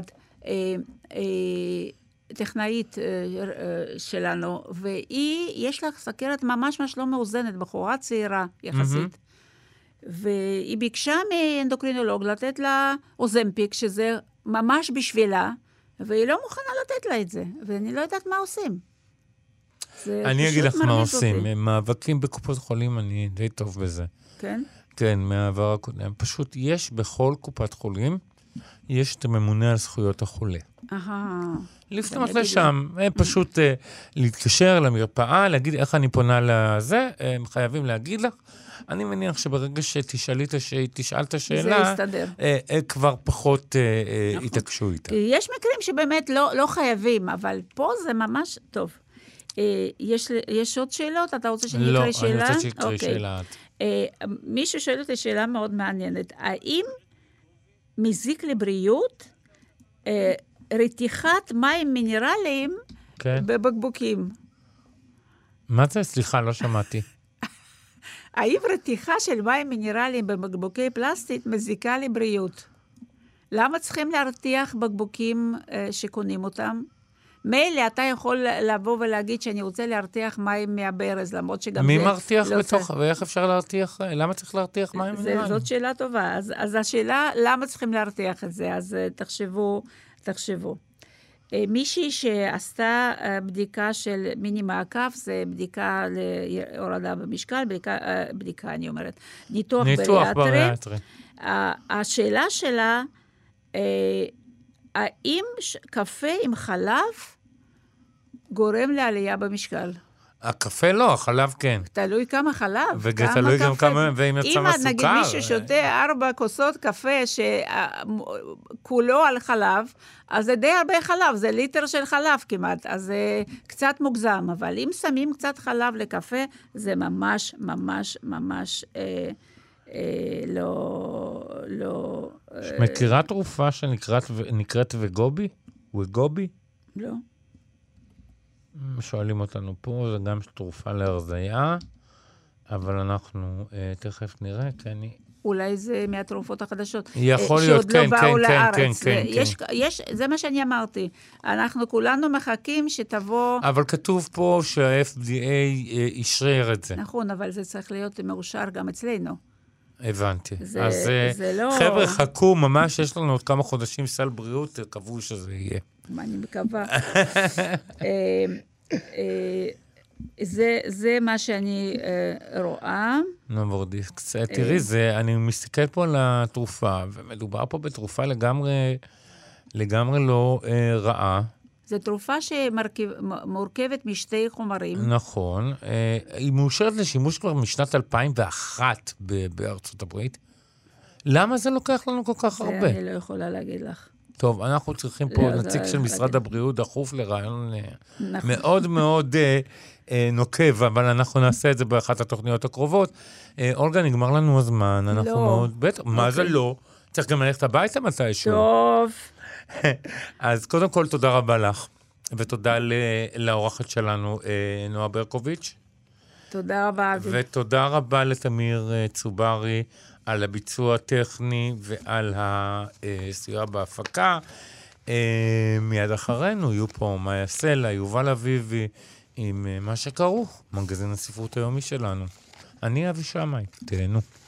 טכנאית שלנו, והיא, יש לה סכרת ממש לא מאוזנת, בחורה צעירה יחסית. והיא ביקשה מאנדוקרינולוג לתת לה אוזמפיק, שזה ממש בשבילה, והיא לא מוכנה לתת לה את זה, ואני לא יודעת מה עושים. אני אגיד לך מה עושים. מאבקים בקופות חולים, אני די טוב בזה. כן? כן, מהעבר הקודם. פשוט יש בכל קופת חולים, יש את הממונה על זכויות החולה. לפנות לשם, פשוט להתקשר למרפאה, להגיד איך אני פונה לזה, הם חייבים להגיד לך. אני מניח שברגע שתשאל את השאלה, כבר פחות יתעקשו איתה. יש מקרים שבאמת לא חייבים, אבל פה זה ממש טוב. יש עוד שאלות? אתה רוצה שאני אקריא שאלה? לא, אני רוצה שתקריא שאלה. מישהו שואל אותי שאלה מאוד מעניינת. האם מזיק לבריאות רתיחת מים מינרליים בבקבוקים? מה זה? סליחה, לא שמעתי. האם רתיחה של מים מינרליים בבקבוקי פלסטיק מזיקה לבריאות? למה צריכים להרתיח בקבוקים שקונים אותם? מילא אתה יכול לבוא ולהגיד שאני רוצה להרתיח מים מהברז, למרות שגם מי מרתיח בתוך? ואיך אפשר להרתיח? למה צריך להרתיח מים מינרליים? זאת שאלה טובה. אז השאלה, למה צריכים להרתיח את זה? אז תחשבו. מישהי שעשתה בדיקה של מיני מעקף, זה בדיקה להורדה במשקל, בדיקה, אני אומרת, ניתוח בריאטרי. השאלה שלה, האם קפה עם חלב גורם לעלייה במשקל? הקפה לא, החלב כן. תלוי כמה חלב. ותלוי גם כמה, ואם יצא מהסוכר. אם נגיד מישהו שותה 4 כוסות קפה שכולו על חלב, אז זה די הרבה חלב, זה ליטר של חלב כמעט, אז זה קצת מוגזם, אבל אם שמים קצת חלב לקפה, זה ממש לא... מכירה תרופה שנקראת וגובי? וגובי? לא. שואלים אותנו פה, זה גם תרופה להרזיה, אבל אנחנו תכף נראה, כי אני... אולי זה מהתרופות החדשות. יכול להיות, כן, כן. זה מה שאני אמרתי. אנחנו כולנו מחכים שתבוא... אבל כתוב פה שה-FDA ישרר את זה. נכון, אבל זה צריך להיות מאושר גם אצלנו. הבנתי. אז חבר'ה, חכו, ממש יש לנו עוד כמה חודשים סל בריאות, קבעו שזה יהיה. אני מקווה. זה מה שאני רואה. נבורדיס, תראי, אני מסתכל פה על התרופה, ומדובר פה בתרופה לגמרי לא רעה. זו תרופה שמורכבת משתי חומרים. נכון. היא מאושרת לשימוש כבר משנת 2001 בארצות הברית. למה זה לוקח לנו כל כך הרבה? זה אני לא יכולה להגיד לך. טוב, אנחנו צריכים פה נציג של משרד הבריאות דחוף לרעיון מאוד מאוד נוקב, אבל אנחנו נעשה את זה באחת התוכניות הקרובות. אולגה, נגמר לנו הזמן, אנחנו מאוד... בטח, מה זה לא? צריך גם ללכת הביתה מתישהו. טוב. אז קודם כל, תודה רבה לך, ותודה לאורחת שלנו, נועה ברקוביץ'. תודה רבה, אבי. ותודה רבה לתמיר צוברי, על הביצוע הטכני ועל הסיוע בהפקה. מיד אחרינו יהיו פה מאיה סלע, יובל אביבי, עם מה שקראו, מגזין הספרות היומי שלנו. אני אבי שמאי, תהנו.